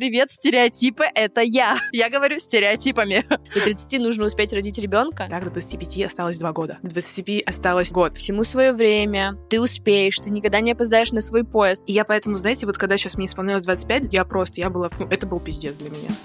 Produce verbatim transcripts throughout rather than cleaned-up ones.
привет, стереотипы — это я. Я говорю стереотипами. До тридцати нужно успеть родить ребенка. Так, до двадцати пяти осталось два года. До двадцати пяти осталось год. Всему свое время. Ты успеешь, ты никогда не опоздаешь на свой поезд. И я поэтому, знаете, вот когда сейчас мне исполнилось двадцать пять, я просто, я была, ну, это был пиздец для меня.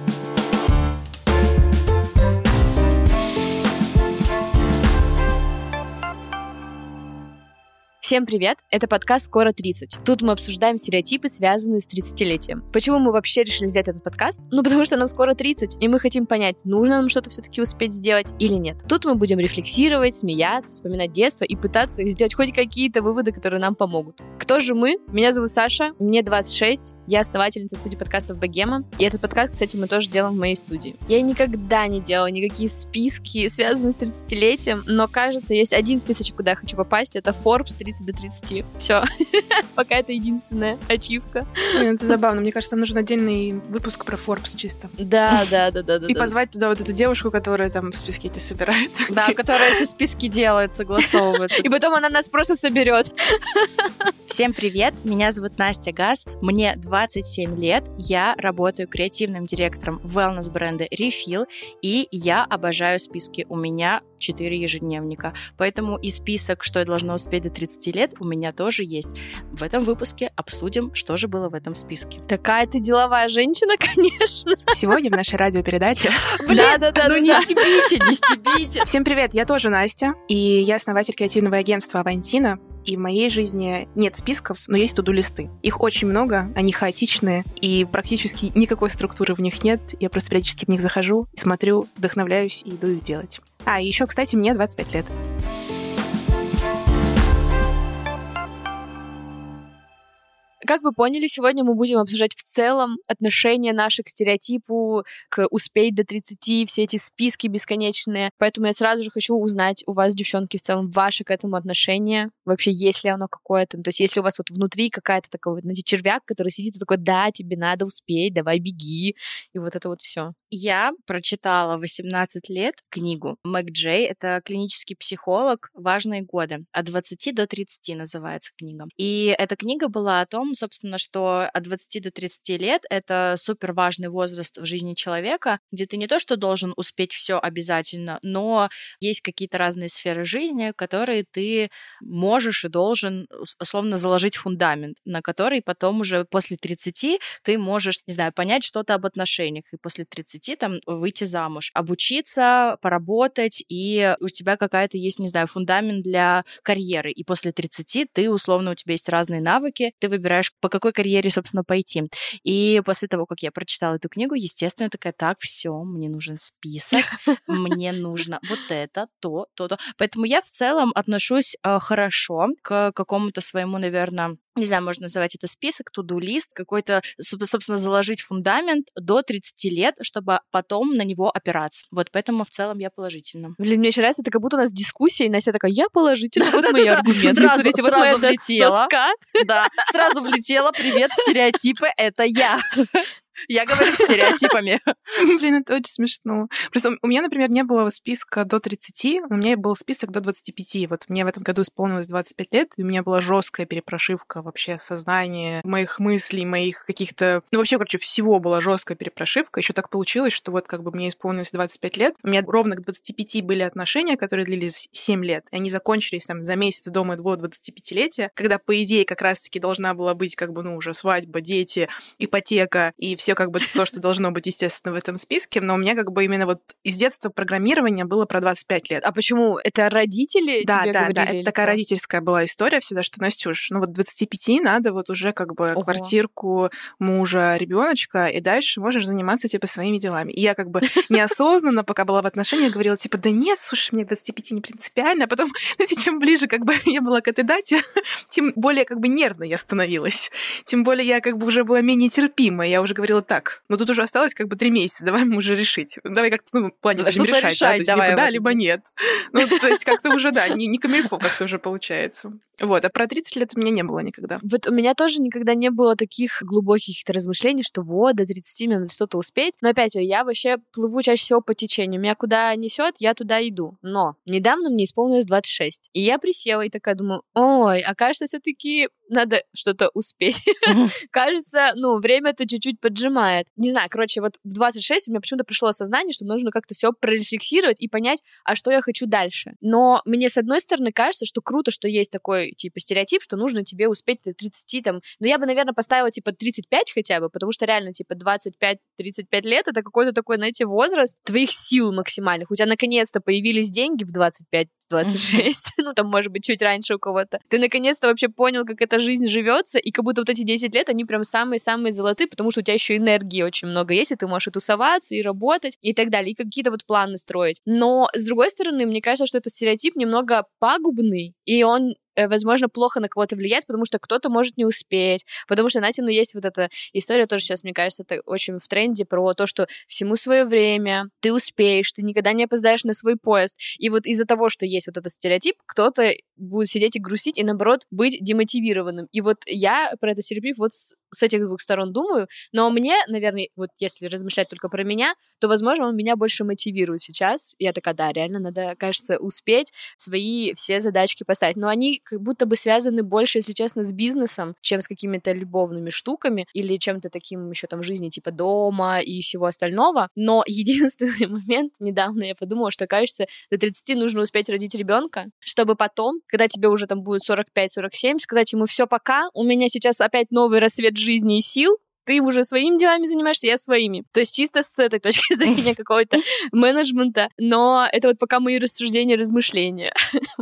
Всем привет! Это подкаст «Скоро тридцать». Тут мы обсуждаем стереотипы, связанные с тридцатилетием. Почему мы вообще решили сделать этот подкаст? Ну, потому что нам скоро тридцать, и мы хотим понять, нужно нам что-то все-таки успеть сделать или нет. Тут мы будем рефлексировать, смеяться, вспоминать детство и пытаться сделать хоть какие-то выводы, которые нам помогут. Кто же мы? Меня зовут Саша, мне двадцать шесть, я основательница студии подкастов «Богема», и этот подкаст, кстати, мы тоже делаем в моей студии. Я никогда не делала никакие списки, связанные с тридцатилетием, но, кажется, есть один списочек, куда я хочу попасть, это Forbes тридцать до тридцати. Все. Пока это единственная ачивка. Это забавно. Мне кажется, нам нужен отдельный выпуск про Forbes чисто. Да, да, да, да. И позвать туда вот эту девушку, которая там в списке эти собирает. Да, которая эти списки делает, согласовывает. И потом она нас просто соберет. Всем привет, меня зовут Настя Газ, мне двадцать семь лет, я работаю креативным директором wellness-бренда Refill, и я обожаю списки, у меня четыре ежедневника, поэтому и список, что я должна успеть до тридцати лет, у меня тоже есть. В этом выпуске обсудим, что же было в этом списке. Такая ты деловая женщина, конечно. Сегодня в нашей радиопередаче. Да-да-да, ну не стебите, не стебите. Всем привет, я тоже Настя, и я основатель креативного агентства «Авантина». И в моей жизни нет списков, но есть туду-листы. Их очень много, они хаотичные, и практически никакой структуры в них нет. Я просто периодически в них захожу, смотрю, вдохновляюсь и иду их делать. А, и еще, кстати, мне двадцать пять лет. Как вы поняли, сегодня мы будем обсуждать в целом отношение наше к стереотипу, к успеть до тридцати, все эти списки бесконечные. Поэтому я сразу же хочу узнать у вас, девчонки, в целом ваше к этому отношение. Вообще, есть ли оно какое-то? То есть, если у вас вот внутри какая-то такой вот, знаете, червяк, который сидит и такой: да, тебе надо успеть, давай беги. И вот это вот все. Я прочитала в восемнадцать лет книгу Мэг Джей, это клинический психолог «Важные годы». От двадцати до тридцати называется книга. И эта книга была о том, собственно, что от двадцати до тридцати лет это супер важный возраст в жизни человека, где ты не то что должен успеть все обязательно, но есть какие-то разные сферы жизни, которые ты можешь и должен условно заложить фундамент, на который потом уже после тридцати ты можешь, не знаю, понять что-то об отношениях, и после тридцати там выйти замуж, обучиться, поработать, и у тебя какая-то есть, не знаю, фундамент для карьеры, и после тридцати ты условно, у тебя есть разные навыки, ты выбираешь, по какой карьере, собственно, пойти. И после того, как я прочитала эту книгу, естественно, такая: так, все, мне нужен список, мне нужно вот это, то, то, то. Поэтому я в целом отношусь э, хорошо к какому-то своему, наверное, не знаю, можно называть это список, туду-лист, какой-то, собственно, заложить фундамент до тридцати лет, чтобы потом на него опираться. Вот поэтому в целом я положительно. Блин, мне еще нравится, это как будто у нас дискуссия, и Настя такая: я положительно, вот мои аргументы. Смотрите, вот моя доска. Да, сразу влетела: привет, стереотипы, это я. Я говорю стереотипами. Блин, это очень смешно. Просто у меня, например, не было списка до тридцати, у меня был список до двадцати пяти. Вот мне в этом году исполнилось двадцать пять лет, и у меня была жесткая перепрошивка вообще сознания, моих мыслей, моих каких-то... Ну, вообще, короче, всего была жесткая перепрошивка. Еще так получилось, что вот как бы мне исполнилось двадцать пять лет, у меня ровно к двадцати пяти были отношения, которые длились семь лет, и они закончились там за месяц до моего двадцатипятилетия, когда, по идее, как раз-таки должна была быть как бы, ну, уже свадьба, дети, ипотека и все как бы то, что должно быть, естественно, в этом списке, но у меня как бы именно вот из детства программирование было про двадцать пять лет. А почему? Это родители да, тебе да, говорили? Да, это такая что? родительская была история всегда, что, Настюш, ну вот к двадцати пяти надо вот уже как бы Ого. Квартирку, мужа, ребеночка, и дальше можешь заниматься типа своими делами. И я как бы неосознанно, пока была в отношениях, говорила типа: да нет, слушай, мне к двадцати пяти не принципиально, а потом, знаете, чем ближе как бы я была к этой дате, тем более как бы нервной я становилась, тем более я как бы уже была менее терпимая, я уже говорила: так, ну тут уже осталось как бы три месяца, давай мы уже решить. Давай как-то, ну, в плане будем решать, решать, да, то есть давай либо да, вот. либо нет. Ну, то есть как-то уже, да, не, не камильфо как-то уже получается. Вот, а про тридцать лет у меня не было никогда. Вот у меня тоже никогда не было таких глубоких каких-то размышлений, что вот, до тридцати мне надо что-то успеть. Но опять же, я вообще плыву чаще всего по течению. Меня куда несет, я туда иду. Но недавно мне исполнилось двадцать шесть. И я присела и такая думаю, ой, а кажется, все-таки надо что-то успеть. Кажется, ну, время-то чуть-чуть поджимает. Не знаю, короче, вот в двадцать шесть у меня почему-то пришло осознание, что нужно как-то все прорефлексировать и понять, а что я хочу дальше. Но мне, с одной стороны, кажется, что круто, что есть такой, типа, стереотип, что нужно тебе успеть до тридцати, там, но я бы, наверное, поставила, типа, тридцать пять хотя бы, потому что реально, типа, двадцать пять тридцать пять лет — это какой-то такой, знаете, возраст твоих сил максимальных. У тебя наконец-то появились деньги в двадцать пять двадцать шесть, ну, там, может быть, чуть раньше у кого-то. Ты наконец-то вообще понял, как эта жизнь живется, и как будто вот эти десять лет, они прям самые-самые золотые, потому что у тебя еще энергии очень много есть, и ты можешь и тусоваться, и работать, и так далее, и какие-то вот планы строить. Но, с другой стороны, мне кажется, что этот стереотип немного пагубный, и он возможно, плохо на кого-то влияет, потому что кто-то может не успеть, потому что, знаете, ну, есть вот эта история тоже сейчас, мне кажется, это очень в тренде про то, что всему свое время, ты успеешь, ты никогда не опоздаешь на свой поезд, и вот из-за того, что есть вот этот стереотип, кто-то будет сидеть и грустить, и, наоборот, быть демотивированным. И вот я про этот стереотип вот с, с этих двух сторон думаю, но мне, наверное, вот если размышлять только про меня, то, возможно, он меня больше мотивирует сейчас. Я такая, да, реально надо, кажется, успеть свои все задачки поставить. Но они как будто бы связаны больше, если честно, с бизнесом, чем с какими-то любовными штуками или чем-то таким еще там в жизни, типа дома и всего остального. Но единственный момент, недавно я подумала, что, кажется, до тридцати нужно успеть родить ребенка, чтобы потом, когда тебе уже там будет сорок пять сорок семь, сказать ему: все, пока, у меня сейчас опять новый рассвет жизни и сил, ты уже своими делами занимаешься, я своими. То есть чисто с этой точки зрения какого-то менеджмента. Но это вот пока мои рассуждения, размышления.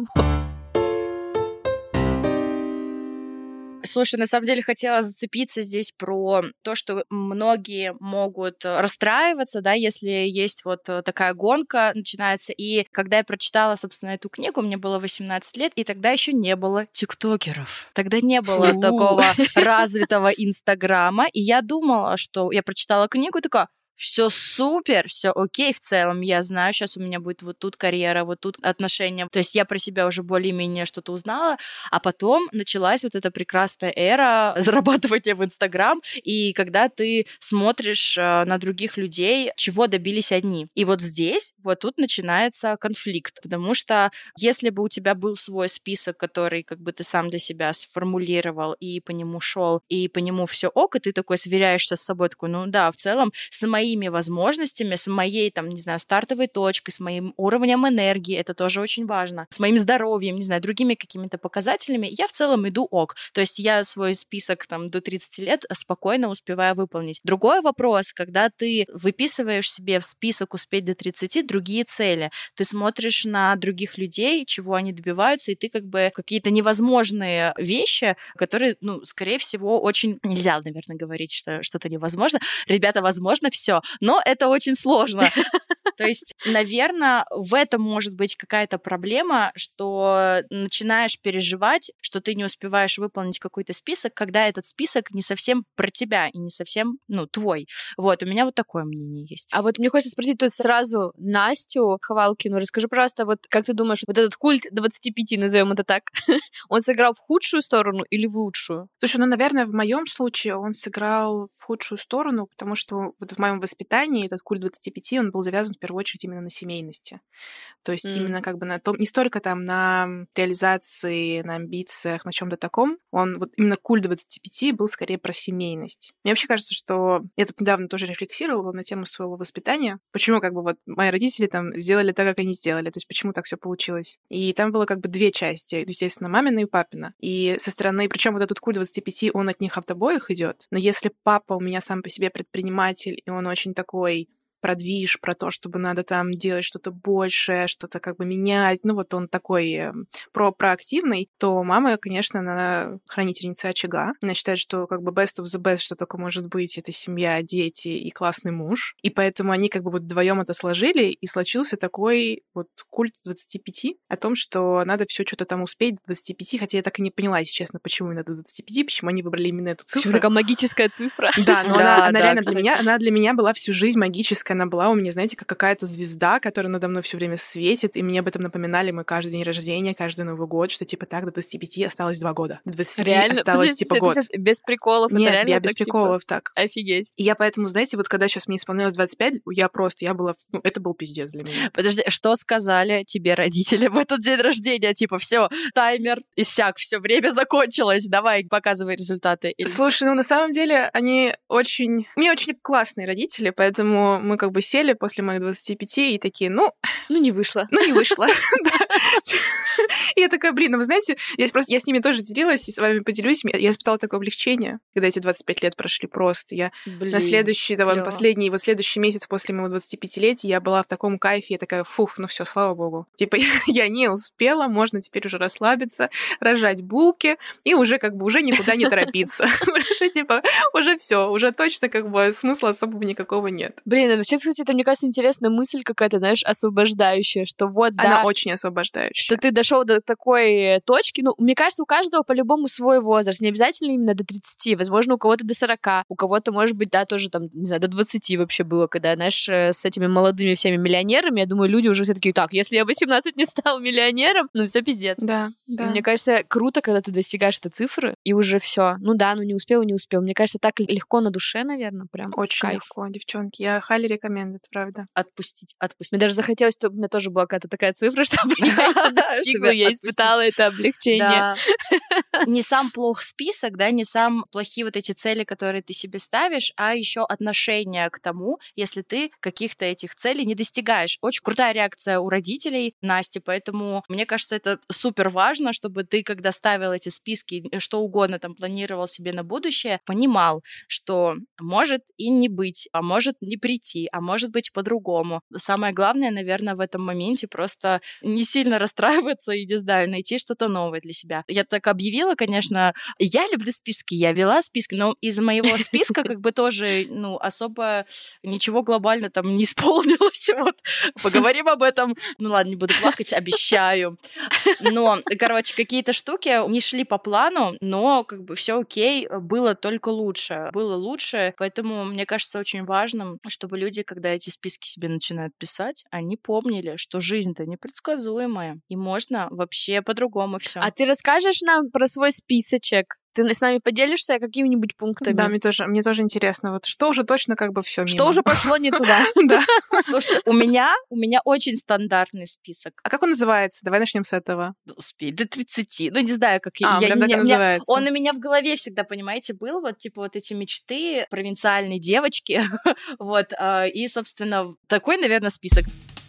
Слушай, на самом деле хотела зацепиться здесь про то, что многие могут расстраиваться, да, если есть вот такая гонка начинается. И когда я прочитала, собственно, эту книгу, мне было восемнадцать лет, и тогда еще не было тиктокеров. Тогда не было Фу. такого развитого Инстаграма. И я думала, что я прочитала книгу и такая: все супер, все окей в целом, я знаю, сейчас у меня будет вот тут карьера, вот тут отношения. То есть я про себя уже более-менее что-то узнала, а потом началась вот эта прекрасная эра зарабатывания в Инстаграм, и когда ты смотришь на других людей, чего добились одни. И вот здесь, вот тут начинается конфликт, потому что если бы у тебя был свой список, который как бы ты сам для себя сформулировал, и по нему шел, и по нему все ок, и ты такой сверяешься с собой, такой, ну да, в целом, с моей моими возможностями, с моей, там, не знаю, стартовой точкой, с моим уровнем энергии, это тоже очень важно, с моим здоровьем, не знаю, другими какими-то показателями, я в целом иду ок. То есть я свой список там до тридцати лет спокойно успеваю выполнить. Другой вопрос, когда ты выписываешь себе в список успеть до тридцати другие цели, ты смотришь на других людей, чего они добиваются, и ты как бы какие-то невозможные вещи, которые, ну, скорее всего, очень... Нельзя, наверное, говорить, что что-то невозможно. Ребята, возможно, все. Но это очень сложно. То есть, наверное, в этом может быть какая-то проблема, что начинаешь переживать, что ты не успеваешь выполнить какой-то список, когда этот список не совсем про тебя и не совсем, ну, твой. Вот, у меня вот такое мнение есть. А вот мне хочется спросить тут сразу Настю Ховалкину. Расскажи, пожалуйста, вот как ты думаешь, вот этот культ двадцати пяти, назовем это так, он сыграл в худшую сторону или в лучшую? Слушай, ну, наверное, в моем случае он сыграл в худшую сторону, потому что вот в моем воспитании этот культ двадцати пяти, он был завязан в первую очередь именно на семейности. То есть mm. именно как бы на том, не столько там на реализации, на амбициях, на чем-то таком. Он вот именно культ двадцати пяти был скорее про семейность. Мне вообще кажется, что я тут недавно тоже рефлексировала на тему своего воспитания. Почему как бы вот мои родители там сделали так, как они сделали, то есть почему так все получилось. И там было как бы две части, естественно, мамина и папина. И со стороны, причем вот этот культ двадцати пяти, он от них от обоих идет. Но если папа у меня сам по себе предприниматель, и он очень такой продвиж, про то, чтобы надо там делать что-то большее, что-то как бы менять, ну вот он такой э, про проактивный, то мама, конечно, она хранительница очага. Она считает, что как бы best of the best, что только может быть, это семья, дети и классный муж. И поэтому они как бы вот вдвоем это сложили, и случился такой вот культ двадцати пяти о том, что надо все что-то там успеть до двадцати пяти, хотя я так и не поняла, если честно, почему именно до двадцати пяти, почему они выбрали именно эту цифру. Почему такая магическая цифра? Да, но она реально для меня, она для меня была всю жизнь магическая, маленькая, она была у меня, знаете, как какая-то звезда, которая надо мной все время светит, и мне об этом напоминали мы каждый день рождения, каждый Новый год, что типа так, до двадцати пяти осталось два года. До двадцати Реально? осталось Подожди, типа это год. сейчас без приколов? Нет, это реально я без так, типа? приколов так. Офигеть. И я поэтому, знаете, вот когда сейчас мне исполнилось двадцать пять, я просто, я была, ну, это был пиздец для меня. Подожди, что сказали тебе родители в этот день рождения? Типа, все, таймер иссяк, все время закончилось, давай, показывай результаты. Или... Слушай, ну на самом деле они очень... У меня очень классные родители, поэтому мы как бы сели после моих двадцати пяти и такие, ну... Ну, не вышло. Ну, не вышло. И я такая, блин, ну вы знаете, я просто я с ними тоже делилась, и с вами поделюсь. Я испытала такое облегчение, когда эти двадцать пять лет прошли просто. Я на следующий, давай, последний, вот следующий месяц после моего двадцатипятилетия я была в таком кайфе, я такая, фух, ну все, слава богу. Типа я не успела, можно теперь уже расслабиться, рожать булки и уже как бы уже никуда не торопиться. Уже типа, уже все, уже точно как бы смысла особого никакого нет. Блин, ну, сейчас, кстати, это, мне кажется, интересная мысль какая-то, знаешь, освобождающая, что вот, да... Она очень освобождающая. Что ты дошел до такой точки. Ну, мне кажется, у каждого по-любому свой возраст. Не обязательно именно до тридцати. Возможно, у кого-то до сорока. У кого-то, может быть, да, тоже там, не знаю, до двадцати вообще было, когда, знаешь, с этими молодыми всеми миллионерами, я думаю, люди уже все такие, так, если я в восемнадцать не стал миллионером, ну, все пиздец. Да, да. Мне кажется, круто, когда ты достигаешь этой цифры, и уже все. Ну да, ну не успел, не успел. Мне кажется, так легко на душе, наверное, прям. Очень кайф. легко, девчонки. Я highly recommend, это правда. Отпустить, отпустить. Мне даже захотелось, чтобы у меня тоже была какая-то такая цифра, чтобы я ее достигла, я испытала это облегчение. Не сам плох список, да, не сам плохие вот эти цели, которые ты себе ставишь, а еще отношение к тому, если ты каких-то этих целей не достигаешь. Очень крутая реакция у родителей Насти, поэтому мне кажется, это супер важно, чтобы ты, когда ставил эти списки, что угодно там планировал себе на будущее, понимал, что может и не быть, а может не прийти, а может быть по-другому. Самое главное, наверное, в этом моменте просто не сильно расстраиваться и, не знаю, найти что-то новое для себя. Я так объявила, конечно, я люблю списки, я вела списки, но из моего списка как бы тоже, ну, особо ничего глобально там не исполнилось. Вот, поговорим об этом. Ну ладно, не буду плакать, обещаю. Но, короче, какие-то штуки не шли по плану, но как бы все окей, было только лучше. Было лучше, поэтому мне кажется очень важным, чтобы люди, когда эти списки себе начинают писать, они помнили, что жизнь-то непредсказуемая, и можно вообще по-другому все. А ты расскажешь нам про свой списочек? Ты с нами поделишься какими-нибудь пунктами? Да, мне тоже, мне тоже интересно. Вот что уже точно как бы все мимо. Что уже пошло не туда? Да. Слушайте, у меня, у меня очень стандартный список. А как он называется? Давай начнем с этого. Успеть до тридцати. Ну, не знаю, как а, я... прям так и называется. Он у меня в голове всегда, понимаете, был. Вот, типа, вот эти мечты провинциальной девочки. Вот. И, собственно, такой, наверное, список.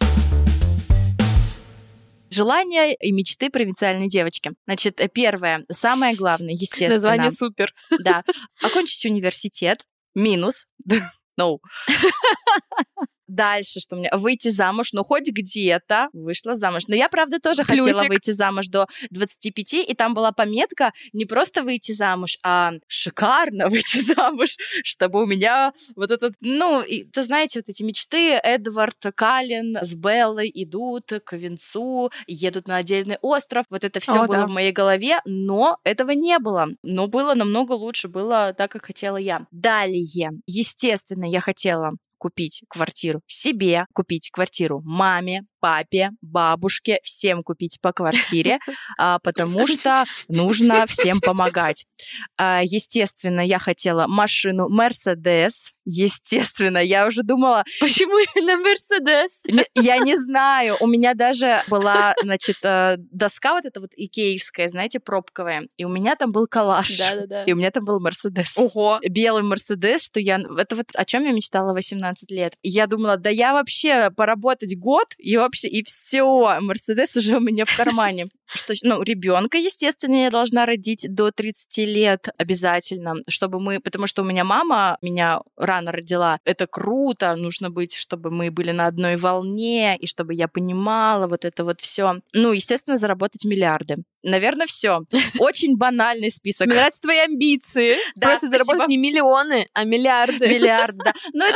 Желания и мечты провинциальной девочки. Значит, первое, самое главное, естественно. Название супер. Да. Окончить университет. Минус. No. Дальше, что у меня? Выйти замуж, но хоть где-то вышла замуж. Но я, правда, тоже Плюсик. хотела выйти замуж до двадцати пяти, и там была пометка не просто выйти замуж, а шикарно выйти замуж, чтобы у меня вот этот... Ну, и, ты знаете, вот эти мечты. Эдвард Каллен с Беллой идут к венцу, едут на отдельный остров. Вот это все О, было да. в моей голове, но этого не было. Но было намного лучше, было так, как хотела я. Далее, естественно, я хотела купить квартиру себе, купить квартиру маме, папе, бабушке, всем купить по квартире, потому что нужно всем помогать. Естественно, я хотела машину Мерседес. Естественно, я уже думала... Почему именно Мерседес? Я не знаю. У меня даже была, значит, доска вот эта вот икеевская, знаете, пробковая. И у меня там был калаш. Да-да-да. И у меня там был Мерседес. Ого! Белый Мерседес, что я... Это вот о чем я мечтала в восемнадцать лет. И я думала, да я вообще поработать год, и вообще, и все, Мерседес уже у меня в кармане. Что, ну, ребенка, естественно, я должна родить до тридцати лет обязательно, чтобы мы... Потому что у меня мама меня рано родила. Это круто, нужно быть, чтобы мы были на одной волне, и чтобы я понимала вот это вот все. Ну, естественно, заработать миллиарды. Наверное, все. Очень банальный список. Мне нравятся твои амбиции. Да, Просто спасибо. заработать не миллионы, а миллиарды. Миллиард, да. Но это я, конечно,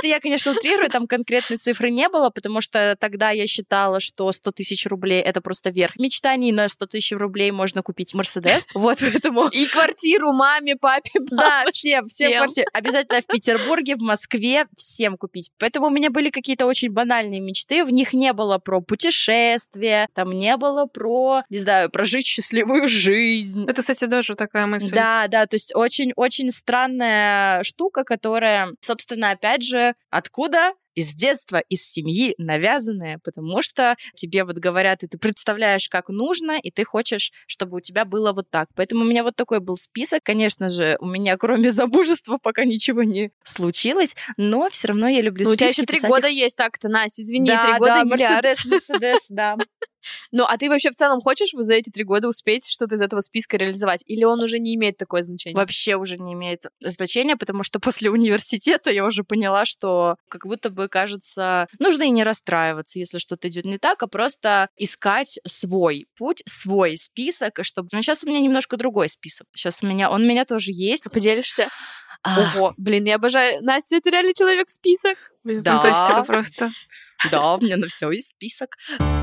сейчас утрирую, там конкретной цифры не было, потому что тогда я считала, что сто тысяч рублей — это просто верх мечтаний, на сто тысяч рублей можно купить Мерседес. Вот поэтому... И квартиру маме, папе, да, всем, всем квартиру. Обязательно в Петербурге, в Москве, всем купить. Поэтому у меня были какие-то очень банальные мечты, в них не было про путешествия, там не было про, не знаю, прожить счастливую жизнь. Это, кстати, даже такая мысль. Да, да, то есть очень-очень странная штука, которая, собственно, опять же, откуда? Из детства, из семьи навязанные, потому что тебе вот говорят, и ты представляешь, как нужно, и ты хочешь, чтобы у тебя было вот так. Поэтому у меня вот такой был список. Конечно же, у меня кроме замужества пока ничего не случилось, но все равно я люблю ну, списки. У тебя еще три года их... есть так-то, Настя, извини, да, три года да, и миллиард. Мерседес, Мерседес, да. Ну, а ты вообще в целом хочешь за эти три года успеть что-то из этого списка реализовать? Или он уже не имеет такое значение? Вообще уже не имеет значения, потому что после университета я уже поняла, что как будто бы, кажется, нужно и не расстраиваться, если что-то идет не так, а просто искать свой путь, свой список, чтобы... Ну, сейчас у меня немножко другой список. Сейчас у меня... Он у меня тоже есть. Поделишься? Ого, блин, я обожаю. Настя, это реально человек-список. Блин, да. Фантастика просто. Да, у меня на все есть список.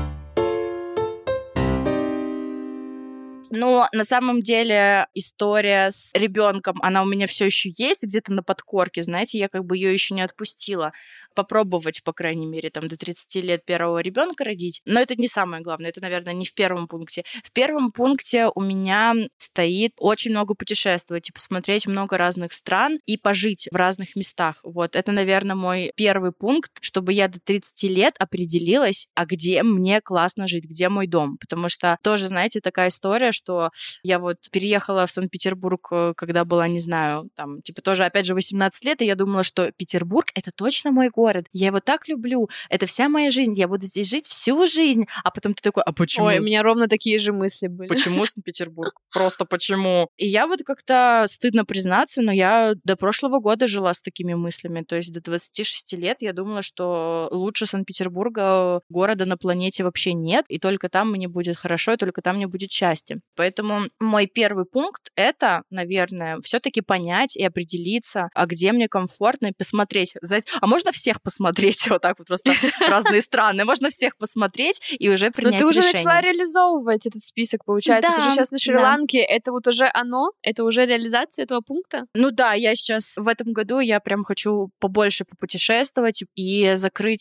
Но на самом деле история с ребенком, она у меня все еще есть где-то на подкорке, знаете, я как бы ее еще не отпустила. Попробовать, по крайней мере, там до тридцати лет первого ребенка родить. Но это не самое главное, это, наверное, не в первом пункте. В первом пункте у меня стоит очень много путешествовать и посмотреть много разных стран и пожить в разных местах. Вот, это, наверное, мой первый пункт, чтобы я до тридцати лет определилась, а где мне классно жить, где мой дом. Потому что тоже, знаете, такая история, что я вот переехала в Санкт-Петербург, когда была, не знаю, там, типа тоже, опять же, восемнадцать лет, и я думала, что Петербург — это точно мой город. Город. Я его так люблю. Это вся моя жизнь. Я буду здесь жить всю жизнь. А потом ты такой, а почему? Ой, у меня ровно такие же мысли были. Почему Санкт-Петербург? Просто почему? И я вот как-то, стыдно признаться, но я до прошлого года жила с такими мыслями. То есть до двадцати шести лет я думала, что лучше Санкт-Петербурга, города на планете вообще нет, и только там мне будет хорошо, и только там мне будет счастье. Поэтому мой первый пункт — это, наверное, все-таки понять и определиться, а где мне комфортно, и посмотреть. Знаете, а можно всех посмотреть, вот так вот просто разные страны. Можно всех посмотреть и уже принять решение. Но ты уже начала реализовывать этот список, получается. Да, ты же сейчас на Шри-Ланке. Да. Это вот уже оно? Это уже реализация этого пункта? Ну да, я сейчас в этом году я прям хочу побольше попутешествовать и закрыть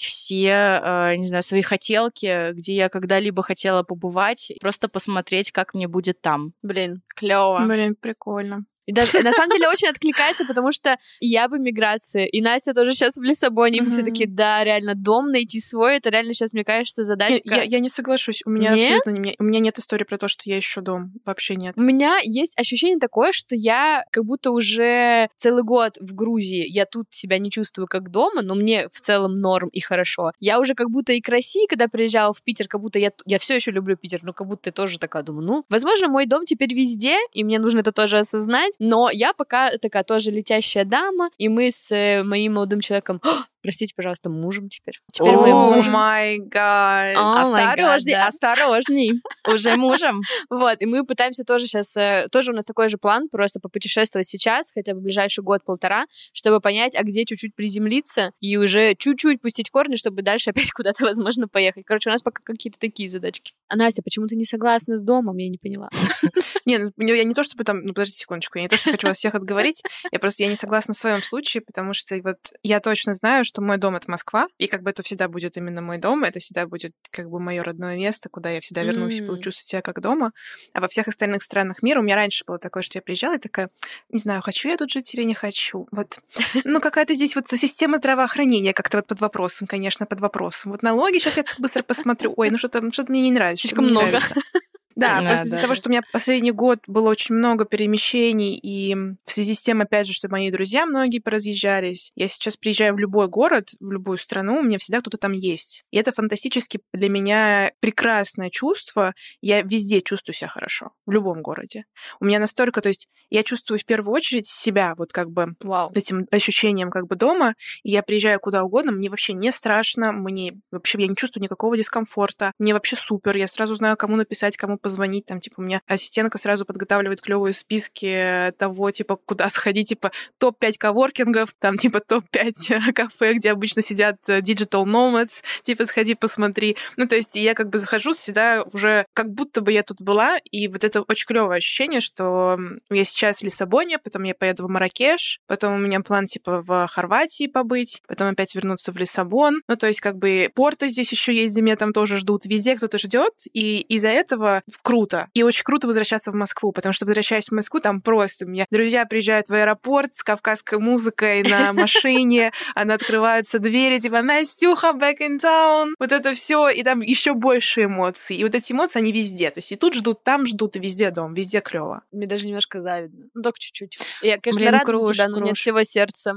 все, не знаю, свои хотелки, где я когда-либо хотела побывать, просто посмотреть, как мне будет там. Блин, клево. Блин, прикольно. И даже, на самом деле, очень откликается, потому что я в эмиграции, и Настя тоже сейчас в Лиссабоне, и мы mm-hmm. все такие, да, реально, дом найти свой, это реально сейчас, мне кажется, задачка. Я, я, я не соглашусь, у меня нет? абсолютно не... У меня нет истории про то, что я ищу дом, вообще нет. У меня есть ощущение такое, что я как будто уже целый год в Грузии, я тут себя не чувствую как дома, но мне в целом норм и хорошо. Я уже как будто и к России, когда приезжала в Питер, как будто я, я все еще люблю Питер, но как будто я тоже такая думаю, ну, возможно, мой дом теперь везде, и мне нужно это тоже осознать. Но я пока такая тоже летящая дама, и мы с э, моим молодым человеком, простите, пожалуйста, мужем теперь. Теперь мы мужем. О май гад. Осторожней, осторожней. Уже мужем. Вот, и мы пытаемся тоже сейчас, тоже у нас такой же план, просто попутешествовать сейчас, хотя бы ближайший год-полтора, чтобы понять, а где чуть-чуть приземлиться и уже чуть-чуть пустить корни, чтобы дальше опять куда-то, возможно, поехать. Короче, у нас пока какие-то такие задачки. А Настя, почему ты не согласна с домом? Я не поняла. Не, ну я не то, чтобы там... Ну, подождите секундочку. Я не то, что хочу вас всех отговорить. Я просто я не согласна в своем случае, потому что вот я точно знаю, что мой дом — это Москва, и как бы это всегда будет именно мой дом, это всегда будет как бы мое родное место, куда я всегда вернусь mm. и буду чувствовать себя как дома. А во всех остальных странах мира у меня раньше было такое, что я приезжала и такая, не знаю, хочу я тут жить или не хочу. Вот, ну, какая-то здесь вот система здравоохранения как-то вот под вопросом, конечно, под вопросом. Вот налоги сейчас я так быстро посмотрю. Ой, ну что-то, что-то мне не нравится. Слишком много. Нравится. Да, да, просто да, из-за да. того, что у меня последний год было очень много перемещений, и в связи с тем, опять же, что мои друзья многие поразъезжались, я сейчас приезжаю в любой город, в любую страну, у меня всегда кто-то там есть. И это фантастически для меня прекрасное чувство. Я везде чувствую себя хорошо, в любом городе. У меня настолько, то есть, я чувствую в первую очередь себя вот как бы Вау. этим ощущением как бы дома, и я приезжаю куда угодно, мне вообще не страшно, мне вообще я не чувствую никакого дискомфорта, мне вообще супер, я сразу знаю, кому написать, кому позвонить, там, типа, у меня ассистентка сразу подготавливает клевые списки того, типа, куда сходить, типа, топ пять коворкингов, там, типа, топ пять кафе, где обычно сидят digital nomads, типа, сходи, посмотри. Ну, то есть я как бы захожу всегда уже как будто бы я тут была, и вот это очень клевое ощущение, что я сейчас в Лиссабоне, потом я поеду в Марракеш, потом у меня план, типа, в Хорватии побыть, потом опять вернуться в Лиссабон. Ну, то есть как бы порты здесь еще есть, где меня там тоже ждут, везде кто-то ждет, и из-за этого круто. И очень круто возвращаться в Москву, потому что, возвращаясь в Москву, там просто у меня друзья приезжают в аэропорт с кавказской музыкой на машине, она открываются двери, типа, Настюха, back in town, вот это все, и там еще больше эмоций. И вот эти эмоции, они везде. То есть и тут ждут, там ждут, и везде дом, везде клево. Мне даже немножко завидно. Ну, только чуть-чуть. Я, конечно, Блин, рада круш, за тебя, но круш. нет всего сердца.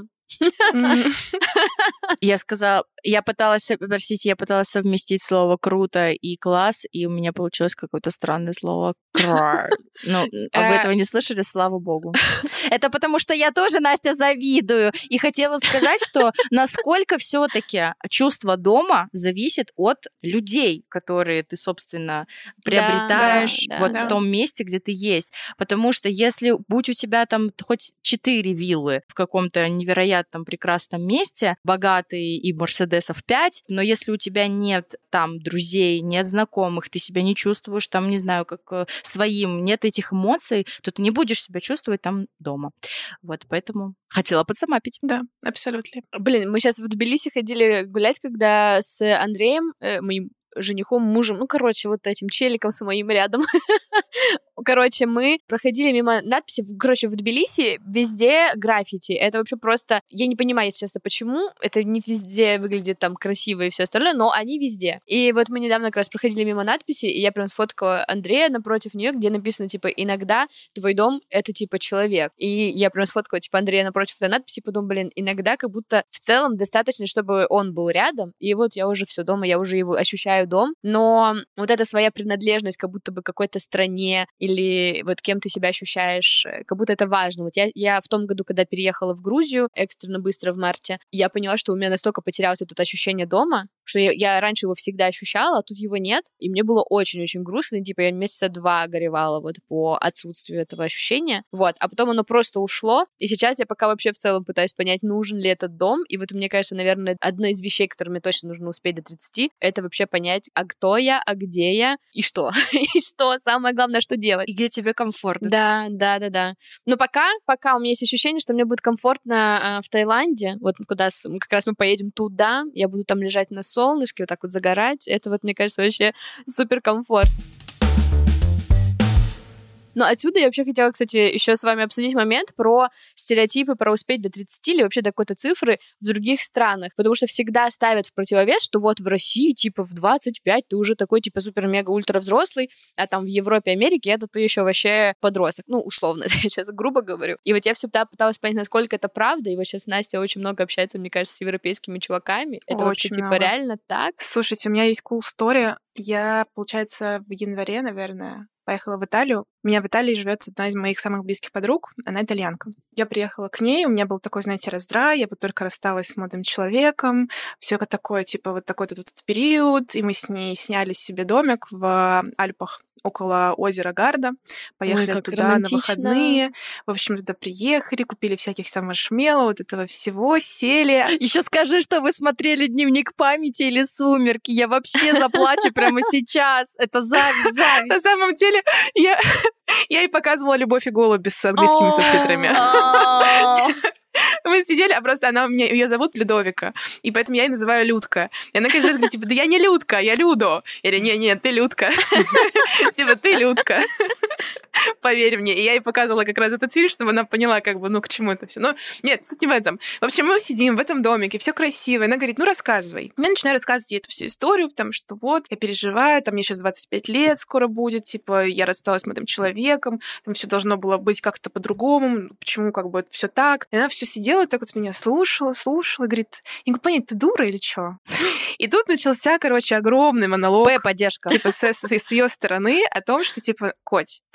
Я сказала, я пыталась, простите, я пыталась совместить слово «круто» и «класс», и у меня получилось какое-то странное слово «крар». Ну, а вы этого не слышали? Слава богу. Это потому, что я тоже, Настя, завидую. И хотела сказать, что насколько все таки чувство дома зависит от людей, которые ты, собственно, приобретаешь да, вот да. в том месте, где ты есть. Потому что если, будь у тебя там хоть четыре виллы в каком-то невероятном прекрасном месте, богатые и Мерседесов пять, но если у тебя нет там друзей, нет знакомых, ты себя не чувствуешь там, не знаю, как своим, нет этих эмоций, то ты не будешь себя чувствовать там дома. Вот, поэтому хотела подсамапить. Да, абсолютно. Блин, мы сейчас в Тбилиси ходили гулять, когда с Андреем, э, моим женихом, мужем, ну, короче, вот этим челиком с моим рядом. Короче, мы проходили мимо надписи, короче, в Тбилиси везде граффити. Это вообще просто... Я не понимаю, если честно, почему. Это не везде выглядит там красиво и все остальное, но они везде. И вот мы недавно как раз проходили мимо надписи, и я прям сфоткала Андрея напротив нее, где написано, типа, иногда твой дом — это, типа, человек. И я прям сфоткала, типа, Андрея напротив этой надписи, потом, блин, иногда как будто в целом достаточно, чтобы он был рядом, и вот я уже все дома, я уже его ощущаю дом, но вот эта своя принадлежность как будто бы какой-то стране или вот кем ты себя ощущаешь, как будто это важно. Вот я, я в том году, когда переехала в Грузию экстренно быстро в марте, я поняла, что у меня настолько потерялось это ощущение дома, что я, я раньше его всегда ощущала, а тут его нет, и мне было очень-очень грустно, и, типа я месяца два горевала вот по отсутствию этого ощущения, вот, а потом оно просто ушло, и сейчас я пока вообще в целом пытаюсь понять, нужен ли этот дом, и вот мне кажется, наверное, одна из вещей, которые мне точно нужно успеть до тридцати, это вообще понять, а кто я, а где я, и что, и что, самое главное, что делать. И где тебе комфортно. Да, да, да, да. Но пока, пока у меня есть ощущение, что мне будет комфортно э, в Таиланде, вот куда с, как раз мы поедем туда, я буду там лежать на солнышке, вот так вот загорать. Это вот, мне кажется, вообще супер комфорт. Но отсюда я вообще хотела, кстати, еще с вами обсудить момент про стереотипы, про успеть до тридцати или вообще до какой-то цифры в других странах. Потому что всегда ставят в противовес, что вот в России, типа, в двадцать пять ты уже такой, типа, супер-мега-ультра взрослый, а там в Европе, Америке это ты еще вообще подросток. Ну, условно, я сейчас грубо говорю. И вот я всегда пыталась понять, насколько это правда. И вот сейчас Настя очень много общается, мне кажется, с европейскими чуваками. Это вообще, типа, много. Реально так? Слушайте, у меня есть cool story. Я, получается, в январе, наверное, поехала в Италию. У меня в Италии живет одна из моих самых близких подруг. Она итальянка. Я приехала к ней, у меня был такой, знаете, раздрай. Я вот только рассталась с молодым человеком. Все такое, типа, вот такой вот этот период. И мы с ней сняли себе домик в Альпах около озера Гарда. Поехали Ой, туда романтично. на выходные. В общем, туда приехали, купили всяких самошмелов, вот этого всего, сели. Еще скажи, что вы смотрели «Дневник памяти» или «Сумерки». Я вообще заплачу прямо сейчас. Это зависть, зависть. На самом деле, я, я ей показывала «Любовь и голуби» с английскими субтитрами. Мы сидели, а просто она мне ее зовут Людовика, и поэтому я ее называю Людка. И она каждый раз говорит, типа, да я не Людка, я Людо. Я говорю, не-не, ты Людка. Типа, ты Людка. Поверь мне. И я ей показывала как раз этот фильм, чтобы она поняла, как бы, ну, к чему это все. Но нет, суть не в этом. В общем, мы сидим в этом домике, все красиво. И она говорит, ну, рассказывай. Я начинаю рассказывать ей эту всю историю, потому что вот, я переживаю, там, мне сейчас двадцать пять лет скоро будет, типа, я рассталась с молодым человеком, там все должно было быть как-то по-другому, почему как бы это все так. И она все сидела, так вот меня слушала, слушала, и говорит, я говорю, понять, ты дура или что? И тут начался, короче, огромный монолог. П-поддержка. Типа с, с, с ее стороны о том, что, типа, Коть, понимаешь, вот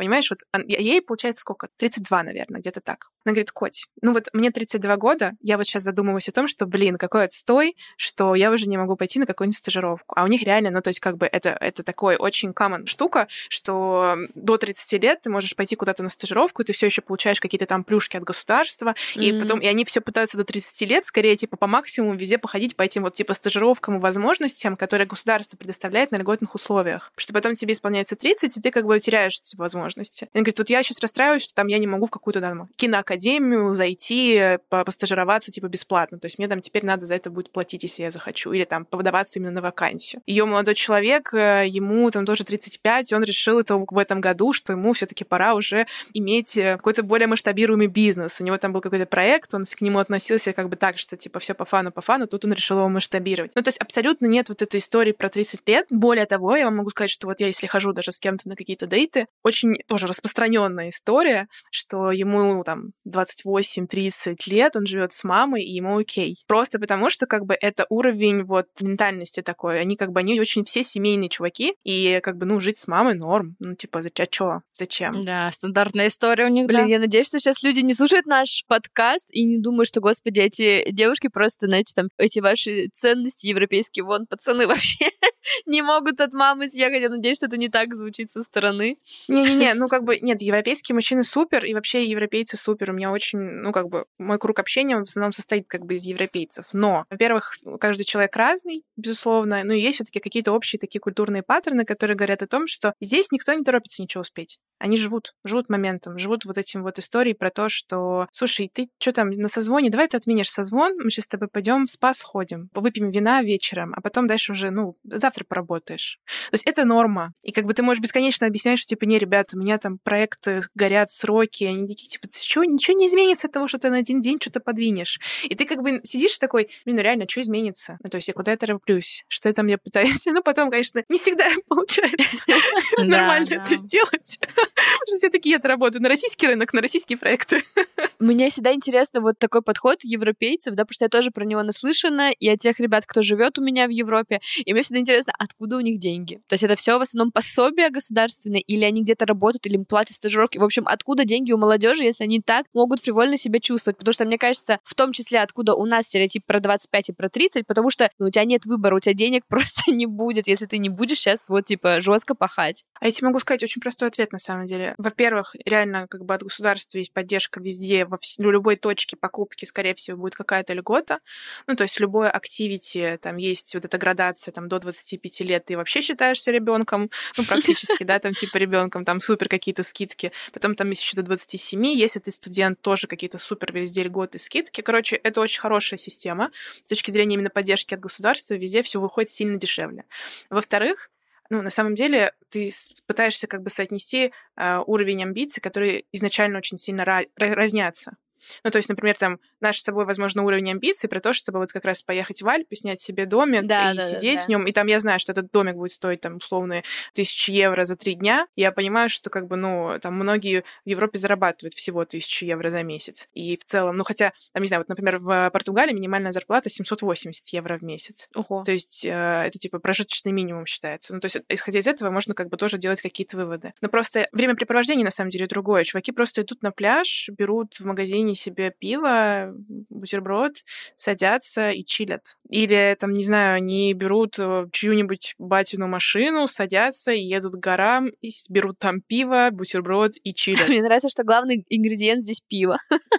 ей, получается, сколько? тридцать два, наверное, где-то так. Она говорит: Коть, ну вот мне тридцать два года, я вот сейчас задумываюсь о том, что, блин, какой отстой, что я уже не могу пойти на какую-нибудь стажировку. А у них реально, ну, то есть как бы это, это такой очень common штука, что до тридцати лет ты можешь пойти куда-то на стажировку, и ты все еще получаешь какие-то там плюшки от государства, mm-hmm. и потом, и они все пытаются до тридцати лет скорее, типа, по максимуму везде походить по этим вот, типа, стажировкам и возможностям, которые государство предоставляет на льготных условиях. Потому что потом тебе исполняется тридцать, и ты как бы теряешь эти возможности. Она говорит: вот я сейчас расстраиваюсь, что там я не могу в какую-то там киноакадемию зайти, постажироваться, типа, бесплатно. То есть мне там теперь надо за это будет платить, если я захочу, или там подаваться именно на вакансию. Ее молодой человек, ему там тоже тридцать пять, он решил это в этом году, что ему все-таки пора уже иметь какой-то более масштабируемый бизнес. У него там был какой-то проект, он к нему относился как бы так, что типа все по фану, по фану, тут он решил его масштабировать. Ну, то есть абсолютно нет вот этой истории про тридцать лет. Более того, я вам могу сказать, что вот я, если хожу даже с кем-то на какие-то дейты, очень тоже распространенная история, что ему там двадцать восемь тридцать лет, он живет с мамой, и ему окей. Просто потому, что как бы это уровень вот ментальности такой. Они как бы, они очень все семейные чуваки, и как бы, ну, жить с мамой норм. Ну, типа, зачем? Чё? Зачем? Да, стандартная история у них, Блин, да. я надеюсь, что сейчас люди не слушают наш подкаст и не думают, что, господи, эти девушки просто, знаете, там, эти ваши ценности европейские, вон, пацаны вообще не могут от мамы съехать. Я надеюсь, что это не так звучит со стороны. Не-не-не, ну, как бы, нет, европейские мужчины супер, и вообще европейцы супер. У меня очень, ну, как бы, мой круг общения в основном состоит как бы из европейцев. Но, во-первых, каждый человек разный, безусловно, ну, и есть все-таки какие-то общие такие культурные паттерны, которые говорят о том, что здесь никто не торопится ничего успеть. Они живут, живут моментом, живут вот этим вот историей про то, что, слушай, ты что там на созвоне, давай ты отменишь созвон, мы сейчас с тобой пойдем в спа сходим, выпьем вина вечером, а потом дальше уже, ну, завтра поработаешь. То есть это норма. И как бы ты можешь бесконечно объяснять, что, типа, не, ребята, у меня там проекты горят, сроки, они такие, типа, что, ничего не изменится от того, что ты на один день что-то подвинешь. И ты как бы сидишь такой, блин, ну реально, что изменится? Ну, то есть я куда я тороплюсь? Что я там я пытаюсь? Ну, потом, конечно, не всегда получается нормально это сделать. Потому что все такие, я работаю на российский рынок, на российские проекты. Мне всегда интересно вот такой подход европейцев, да, потому что я тоже про него наслышана, и от тех ребят, кто живет у меня в Европе, и мне всегда интересно, откуда у них деньги. То есть это все в основном пособия государственные, или они где-то работают, или им платят стажировки. В общем, откуда деньги у молодежи, если они так могут фривольно себя чувствовать? Потому что, мне кажется, в том числе, откуда у нас стереотип про двадцать пять и про тридцать, потому что ну, у тебя нет выбора, у тебя денег просто не будет, если ты не будешь сейчас вот типа жестко пахать. А я тебе могу сказать очень простой ответ на самом деле. Во-первых, реально как бы от государства есть поддержка везде, во вс... в любой точке покупки, скорее всего, будет какая-то льгота. Ну, то есть любое активити, там есть вот эта градация, там до двадцати пяти лет ты вообще считаешься ребенком, ну, практически, да, там типа ребенком, там супер какие-то скидки. Потом там есть еще до двадцати семи, если ты студент, тоже какие-то супер везде льготы, скидки. Короче, это очень хорошая система. С точки зрения именно поддержки от государства, везде все выходит сильно дешевле. Во-вторых, ну, на самом деле, ты пытаешься как бы соотнести э, уровень амбиций, которые изначально очень сильно ra- разнятся. Ну, то есть, например, там наш с тобой, возможно, уровень амбиций про то, чтобы вот как раз поехать в Альпы, снять себе домик да, и да, сидеть да, в нем. И там я знаю, что этот домик будет стоить там условные тысячи евро за три дня. Я понимаю, что как бы, ну, там многие в Европе зарабатывают всего тысячу евро за месяц. И в целом, ну, хотя, там, не знаю, вот, например, в Португалии минимальная зарплата семьсот восемьдесят евро в месяц. Ого. То есть э, это типа прожиточный минимум считается. Ну, то есть, исходя из этого, можно как бы тоже делать какие-то выводы. Но просто времяпрепровождение, на самом деле, другое. Чуваки просто идут на пляж, берут в магазине себе пиво, бутерброд, садятся и чилят. Или, там, не знаю, они берут чью-нибудь батину машину, садятся и едут к горам, и берут там пиво, бутерброд и чилят. Мне нравится, что главный ингредиент здесь пиво.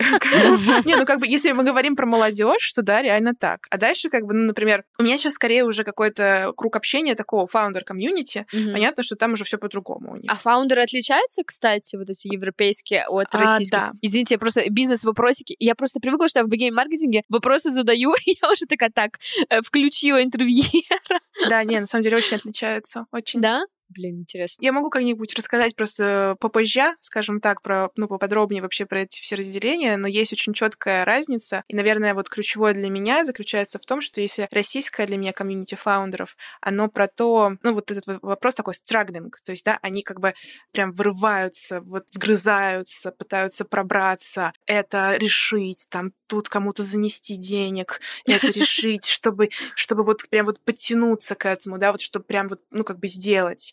Не, ну как бы, если мы говорим про молодежь, то да, реально так. А дальше, как бы, ну, например, у меня сейчас скорее уже какой-то круг общения такого фаундер-комьюнити. Понятно, что там уже все по-другому у них. А фаундеры отличаются, кстати, вот эти европейские от российских? Да. Извините, я просто бизнес-вопросики. Я просто привыкла, что я в бигейм-маркетинге вопросы задаю, и я уже такая, так, включила интервьюера. Да, не, на самом деле очень отличаются. Очень. Да? Блин, интересно. Я могу как-нибудь рассказать просто попозже, скажем так, про, ну, поподробнее вообще про эти все разделения, но есть очень четкая разница. И, наверное, вот ключевое для меня заключается в том, что если российское для меня комьюнити фаундеров, оно про то, ну, вот этот вопрос такой страглинг, то есть, да, они как бы прям вырываются, вот вгрызаются, пытаются пробраться, это решить, там, тут кому-то занести денег, это решить, чтобы, чтобы вот прям вот подтянуться к этому, да, вот чтобы прям вот, ну, как бы сделать.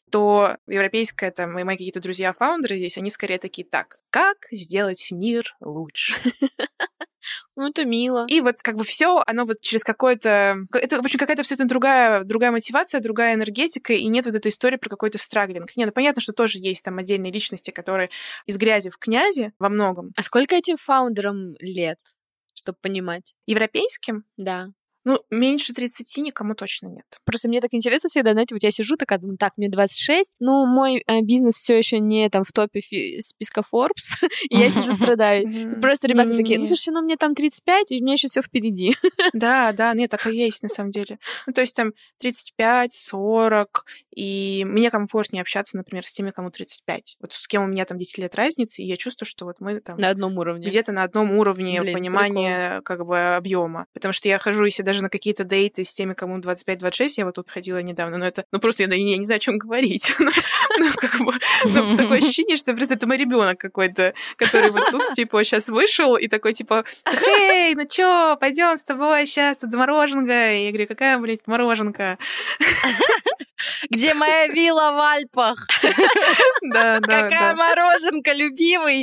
то европейская, там, и мои какие-то друзья-фаундеры здесь, они скорее такие: так, как сделать мир лучше? Ну, это мило. И вот как бы все, оно вот через какое-то... Это, в общем, какая-то абсолютно другая, другая мотивация, другая энергетика, и нет вот этой истории про какой-то страглинг. Нет, ну, понятно, что тоже есть там отдельные личности, которые из грязи в князи во многом. А сколько этим фаундерам лет, чтобы понимать? Европейским? Да. Ну, меньше тридцати никому точно нет. Просто мне так интересно всегда, знаете, вот я сижу такая, думаю, так, мне двадцать шесть, ну, мой э, бизнес все еще не там в топе фи- списка Forbes, и я сижу, страдаю. Просто ребята такие: ну, слушай, ну, мне там тридцать пять, и у меня еще все впереди. Да, да, нет, так и есть на самом деле. Ну, то есть там тридцать пять, сорок, и мне комфортнее общаться, например, с теми, кому тридцать пять. Вот с кем у меня там десять лет разницы, и я чувствую, что вот мы там... На одном уровне. Где-то на одном уровне Блин, понимания как бы объема. Потому что я хожу, если даже на какие-то дейты с теми, кому двадцать пять двадцать шесть, я вот тут ходила недавно, но это... Ну, просто я, я не знаю, о чем говорить. Ну, как бы... Такое ощущение, что просто это мой ребенок какой-то, который вот тут, типа, сейчас вышел и такой, типа: эй, ну чё, пойдем с тобой сейчас тут мороженка. И я говорю: какая, блядь, мороженка? Где моя вилла в Альпах? Да, да, Какая мороженка, любимый?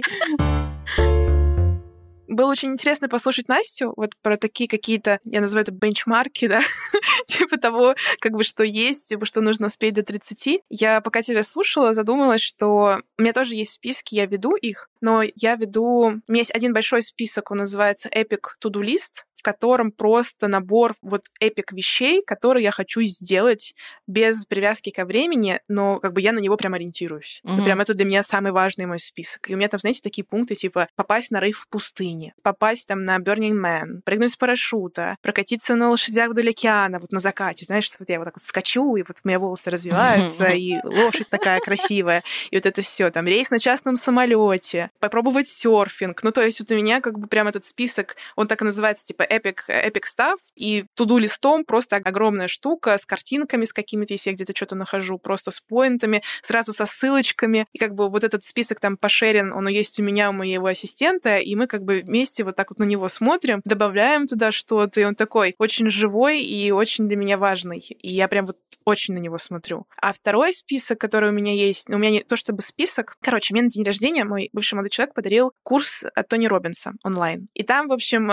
Было очень интересно послушать Настю вот про такие какие-то, я называю это бенчмарки, да, типа того, как бы, что есть, типа, что нужно успеть до тридцати. Я, пока тебя слушала, задумалась, что у меня тоже есть списки, я веду их, но я веду... У меня есть один большой список, он называется Epic To-Do List, в котором просто набор вот эпик вещей, которые я хочу сделать без привязки ко времени, но как бы я на него прям ориентируюсь. Mm-hmm. Прям это для меня самый важный мой список. И у меня там, знаете, такие пункты, типа попасть на рейв в пустыне, попасть там на Burning Man, прыгнуть с парашюта, прокатиться на лошадях вдоль океана, вот на закате, знаешь, что вот я вот так вот скачу, и вот мои волосы развиваются, mm-hmm. и лошадь такая красивая, и вот это все там, рейс на частном самолете, попробовать серфинг. Ну, то есть вот у меня как бы прям этот список, он так и называется, типа Epic, Epic Stuff, и to-do листом просто огромная штука с картинками, с какими-то, если я где-то что-то нахожу, просто с поинтами, сразу со ссылочками. И как бы вот этот список там пошерен, он есть у меня, у моего ассистента, и мы как бы вместе вот так вот на него смотрим, добавляем туда что-то, и он такой очень живой и очень для меня важный. И я прям вот очень на него смотрю. А второй список, который у меня есть, у меня не то чтобы список, короче, мне на день рождения мой бывший молодой человек подарил курс от Тони Роббинса онлайн. И там, в общем,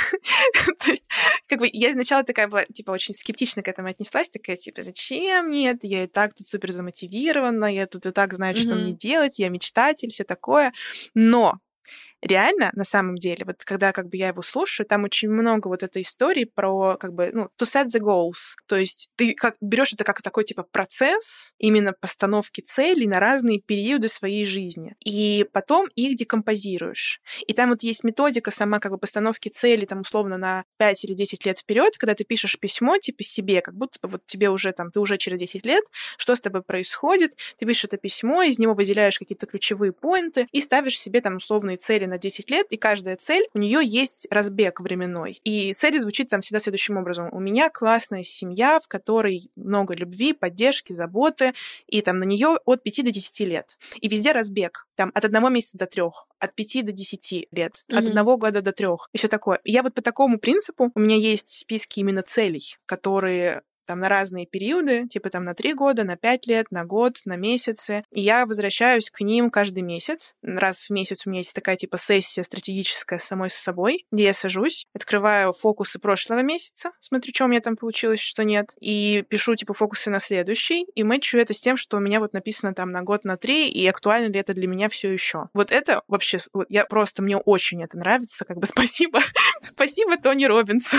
то есть, как бы, я сначала такая была, типа, очень скептично к этому отнеслась, такая, типа, зачем мне это? Я и так тут супер замотивирована, я тут и так знаю, что мне делать, я мечтатель, все такое. Но реально, на самом деле, вот когда как бы я его слушаю, там очень много вот этой истории про как бы, ну, to set the goals. То есть ты как берешь это как такой типа процесс именно постановки целей на разные периоды своей жизни. И потом их декомпозируешь. И там вот есть методика сама как бы постановки целей там условно на пять или десять лет вперед, когда ты пишешь письмо типа себе, как будто вот тебе уже там, ты уже через десять лет, что с тобой происходит, ты пишешь это письмо, из него выделяешь какие-то ключевые поинты и ставишь себе там условные цели на десять лет, и каждая цель, у нее есть разбег временной. И цель звучит там всегда следующим образом. У меня классная семья, в которой много любви, поддержки, заботы, и там на нее от пяти до десяти лет. И везде разбег. Там от одного месяца до трех, от пяти до десяти лет, mm-hmm. от одного года до трех, и все такое. Я вот по такому принципу, у меня есть списки именно целей, которые там на разные периоды, типа там на три года, на пять лет, на год, на месяцы. И я возвращаюсь к ним каждый месяц. Раз в месяц у меня есть такая типа сессия стратегическая с самой с собой, где я сажусь, открываю фокусы прошлого месяца, смотрю, что у меня там получилось, что нет, и пишу типа фокусы на следующий, и мэчу это с тем, что у меня вот написано там на год, на три, и актуально ли это для меня все еще. Вот это вообще, я просто, мне очень это нравится, как бы спасибо, спасибо Тони Роббинсу,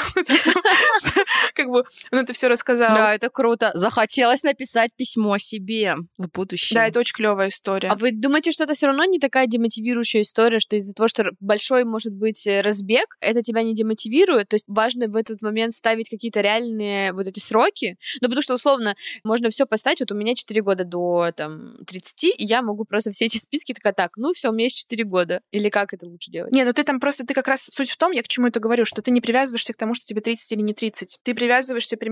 как бы он это все рассказал. Да, это круто. Захотелось написать письмо себе в будущем. Да, это очень клевая история. А вы думаете, что это все равно не такая демотивирующая история, что из-за того, что большой может быть разбег, это тебя не демотивирует? То есть важно в этот момент ставить какие-то реальные вот эти сроки? Ну, потому что, условно, можно все поставить. Вот у меня четыре года до там, тридцати, и я могу просто все эти списки такая, так, ну все, у меня есть четыре года. Или как это лучше делать? Не, ну ты там просто, ты как раз, суть в том, я к чему это говорю, что ты не привязываешься к тому, что тебе тридцать или не тридцать. Ты привязываешься примерно к тому,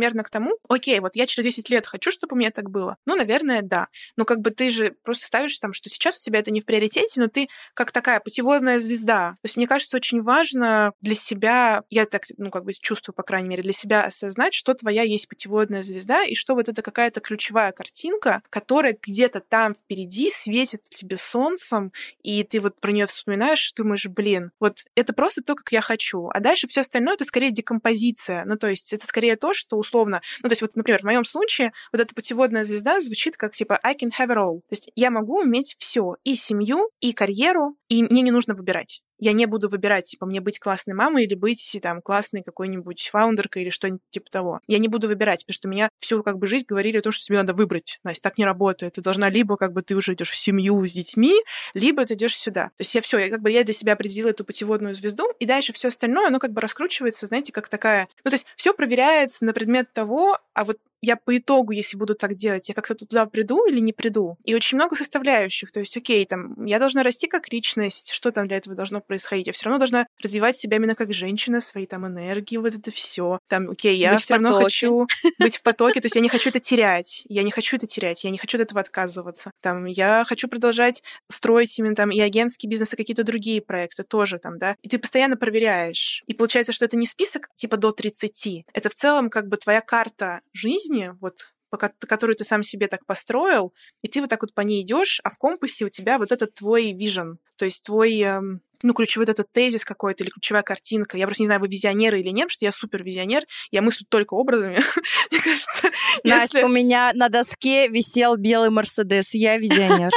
Окей, вот я через десять лет хочу, чтобы у меня так было. Ну, наверное, да. Но как бы ты же просто ставишь там, что сейчас у тебя это не в приоритете, но ты как такая путеводная звезда. То есть мне кажется, очень важно для себя, я так, ну, как бы чувствую, по крайней мере, для себя осознать, что твоя есть путеводная звезда, и что вот это какая-то ключевая картинка, которая где-то там впереди светит тебе солнцем, и ты вот про нее вспоминаешь, думаешь, блин, вот это просто то, как я хочу. А дальше все остальное это скорее декомпозиция. Ну, то есть это скорее то, что условно, ну, то есть вот, например, в моем случае вот эта путеводная звезда звучит как типа I can have it all. То есть я могу иметь все, и семью, и карьеру, и мне не нужно выбирать. Я не буду выбирать, типа, мне быть классной мамой или быть, там, классной какой-нибудь фаундеркой или что-нибудь типа того. Я не буду выбирать, потому что меня всю, как бы, жизнь говорили о том, что тебе надо выбрать. Настя, так не работает. Ты должна либо, как бы, ты уже идешь в семью с детьми, либо ты идешь сюда. То есть я все, я, как бы, я для себя определила эту путеводную звезду, и дальше все остальное, оно, как бы, раскручивается, знаете, как такая... Ну, то есть все проверяется на предмет того, а вот я по итогу, если буду так делать, я как-то туда приду или не приду. И очень много составляющих. То есть, окей, там, я должна расти как личность, что там для этого должно происходить. Я все равно должна развивать себя именно как женщина, свои там энергии, вот это все. Там, окей, я все равно хочу быть в потоке. То есть я не хочу это терять. Я не хочу это терять. Я не хочу от этого отказываться. Там, я хочу продолжать строить именно там и агентский бизнес, и какие-то другие проекты тоже там, да. И ты постоянно проверяешь. И получается, что это не список типа до тридцати. Это в целом как бы твоя карта жизни, вот, которую ты сам себе так построил, и ты вот так вот по ней идешь, а в компасе у тебя вот этот твой вижен, то есть твой, эм, ну, ключевой этот тезис какой-то или ключевая картинка. Я просто не знаю, вы визионеры или нет, потому что я супер визионер, я мыслю только образами. Мне кажется, Настя, если... у меня на доске висел белый Мерседес, я визионер.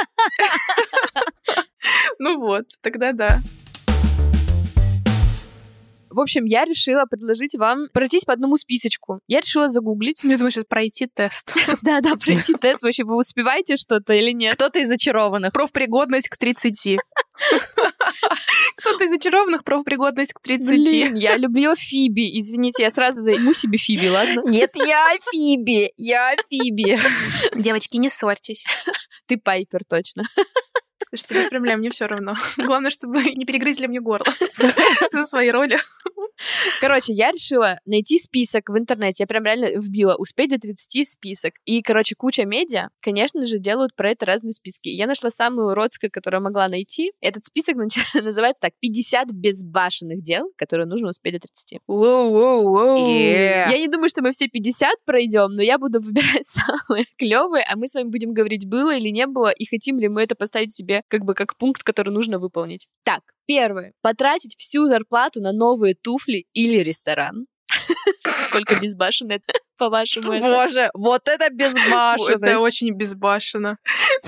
Ну вот, тогда да. В общем, я решила предложить вам пройтись по одному списочку. Я решила загуглить. Я думаю, сейчас пройти тест. Да-да, пройти тест. Вообще, вы успеваете что-то или нет? Кто-то из зачарованных. Профпригодность к тридцати. Кто-то из зачарованных, профпригодность к тридцати. Блин, я люблю Фиби. Извините, я сразу займу себе Фиби, ладно? Нет, я Фиби. Я Фиби. Девочки, не ссорьтесь. Ты Пайпер, точно. Слушайте, без проблем, мне все равно. Главное, чтобы не перегрызли мне горло за свои роли. Короче, я решила найти список в интернете. Я прям реально вбила «Успеть до тридцати» список. И, короче, куча медиа, конечно же, делают про это разные списки. Я нашла самую уродскую, которую могла найти. Этот список называется так: пятьдесят безбашенных дел, которые нужно успеть до тридцати. Воу-воу-воу. Yeah. Я не думаю, что мы все пятьдесят пройдем, но я буду выбирать самые клевые, а мы с вами будем говорить, было или не было, и хотим ли мы это поставить себе как бы как пункт, который нужно выполнить. Так, первое. Потратить всю зарплату на новые туфли или ресторан. Сколько безбашенно это, по-вашему? Боже, вот это безбашенность. Это очень безбашенно.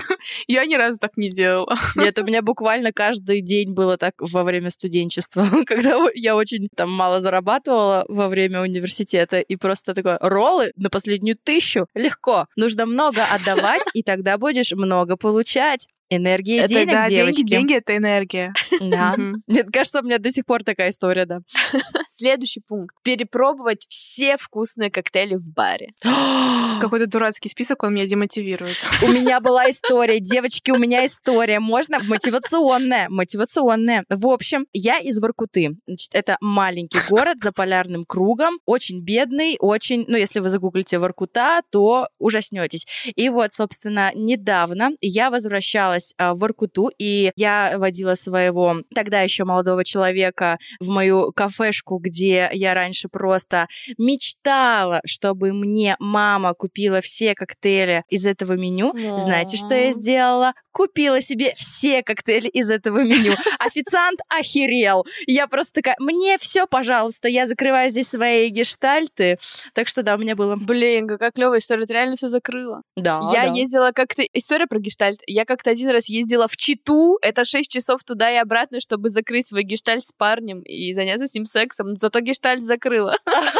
Я ни разу так не делала. Нет, у меня буквально каждый день было так во время студенчества, когда я очень там мало зарабатывала во время университета, и просто такое: роллы на последнюю тысячу легко. Нужно много отдавать, и тогда будешь много получать. Энергия это, денег, да, девочки. Деньги, деньги — это энергия. Да. Мне кажется, у меня до сих пор такая история, да. Следующий пункт. Перепробовать все вкусные коктейли в баре. Какой-то дурацкий список, он меня демотивирует. У меня была история, девочки, у меня история. Можно? Мотивационная. Мотивационная. В общем, я из Воркуты. Значит, это маленький город за полярным кругом. Очень бедный, очень... Ну, если вы загуглите Воркута, то ужаснетесь. И вот, собственно, недавно я возвращалась в Воркуту, и я водила своего тогда еще молодого человека в мою кафешку, где я раньше просто мечтала, чтобы мне мама купила все коктейли из этого меню. Но... Знаете, что я сделала? Купила себе все коктейли из этого меню. Официант охерел. Я просто такая: мне все, пожалуйста, я закрываю здесь свои гештальты. Так что да, у меня было... Блин, какая клевая история, ты реально все закрыла. Да, Я да. ездила как-то... История про гештальт. Я как-то один раз ездила в Читу, это шесть часов туда и обратно, чтобы закрыть свой гештальт с парнем и заняться с ним сексом. Зато гештальт закрыла.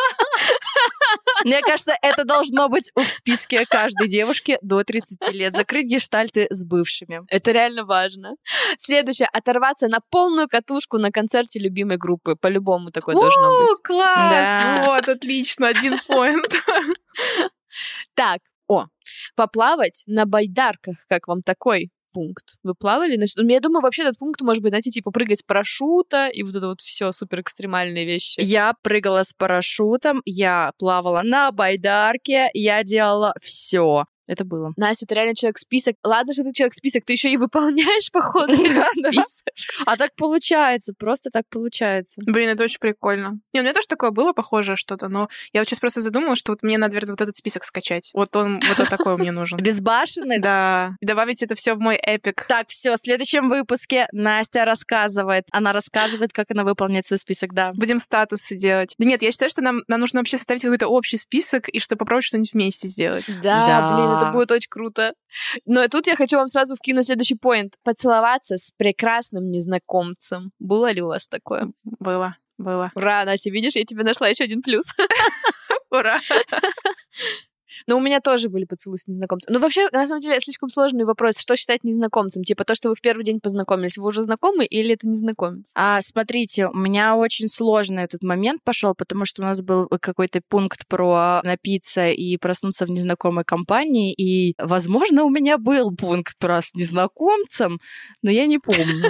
Мне кажется, это должно быть в списке каждой девушки до тридцати лет. Закрыть гештальты с бывшими. Это реально важно. Следующее. Оторваться на полную катушку на концерте любимой группы. По-любому такое должно быть. Класс! Да. Вот, отлично, один поинт. Так, о, поплавать на байдарках, как вам такой пункт. Вы плавали? Ну, я думаю, вообще этот пункт может быть, знаете, типа прыгать с парашюта и вот это вот все супер экстремальные вещи. Я прыгала с парашютом, я плавала на байдарке, я делала все. Это было. Настя, ты реально человек-список. Ладно, что ты человек-список, ты еще и выполняешь, походу, этот список. А так получается, просто так получается. Блин, это очень прикольно. Не, у меня тоже такое было похожее что-то, но я вот сейчас просто задумалась, что вот мне надо, наверное, вот этот список скачать. Вот он, вот такой мне нужен. Безбашенный? Да. И добавить это все в мой эпик. Так, все, в следующем выпуске Настя рассказывает. Она рассказывает, как она выполняет свой список, да. Будем статусы делать. Да нет, я считаю, что нам, нам нужно вообще составить какой-то общий список и что попробовать что-нибудь вместе сделать. Да, Да. блин, это будет очень круто. Но тут я хочу вам сразу вкинуть следующий поинт. Поцеловаться с прекрасным незнакомцем. Было ли у вас такое? Было, было. Ура, Настя, видишь, я тебе нашла еще один плюс. Ура! Но у меня тоже были поцелуи с незнакомцем. Ну, вообще, на самом деле, слишком сложный вопрос. Что считать незнакомцем? Типа то, что вы в первый день познакомились, вы уже знакомы или это незнакомец? А, смотрите, у меня очень сложный этот момент пошел, потому что у нас был какой-то пункт про напиться и проснуться в незнакомой компании, и, возможно, у меня был пункт про с незнакомцем, но я не помню.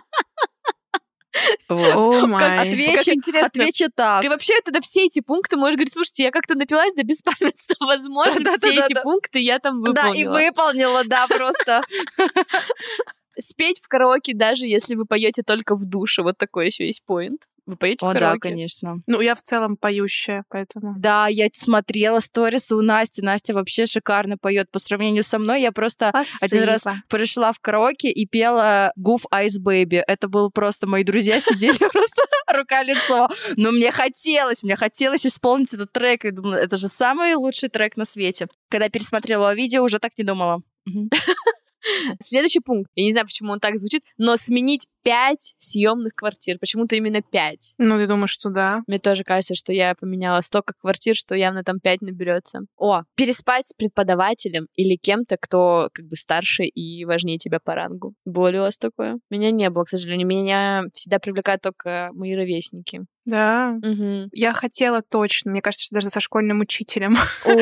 Вот. О май. Как, отвечу, как интересно. Отвечу так. Ты вообще тогда все эти пункты можешь говорить, слушайте, я как-то напилась до беспамятства, возможно, Да, да, все да, эти да. пункты я там выполнила. Да, и выполнила, да, просто. Спеть в караоке, даже если вы поете только в душе, вот такой еще есть поинт. Вы поете О, в да, караоке? конечно. Ну, я в целом поющая, поэтому... Да, я смотрела сторисы у Насти. Настя вообще шикарно поет по сравнению со мной. Я просто Спасибо. один раз пришла в караоке и пела Goof Ice Baby. Это было просто... Мои друзья сидели просто рука-лицо. Но мне хотелось, мне хотелось исполнить этот трек. И думала, это же самый лучший трек на свете. Когда пересмотрела видео, уже так не думала. Следующий пункт. Я не знаю, почему он так звучит, но сменить пять съемных квартир. Почему-то именно пять. Ну, ты думаешь, что да? Мне тоже кажется, что я поменяла столько квартир, что явно там пять наберется. О, переспать с преподавателем или кем-то, кто как бы старше и важнее тебя по рангу. Было ли у вас такое? Меня не было, к сожалению. Меня всегда привлекают только мои ровесники. Да. Угу. Я хотела точно. Мне кажется, что даже со школьным учителем.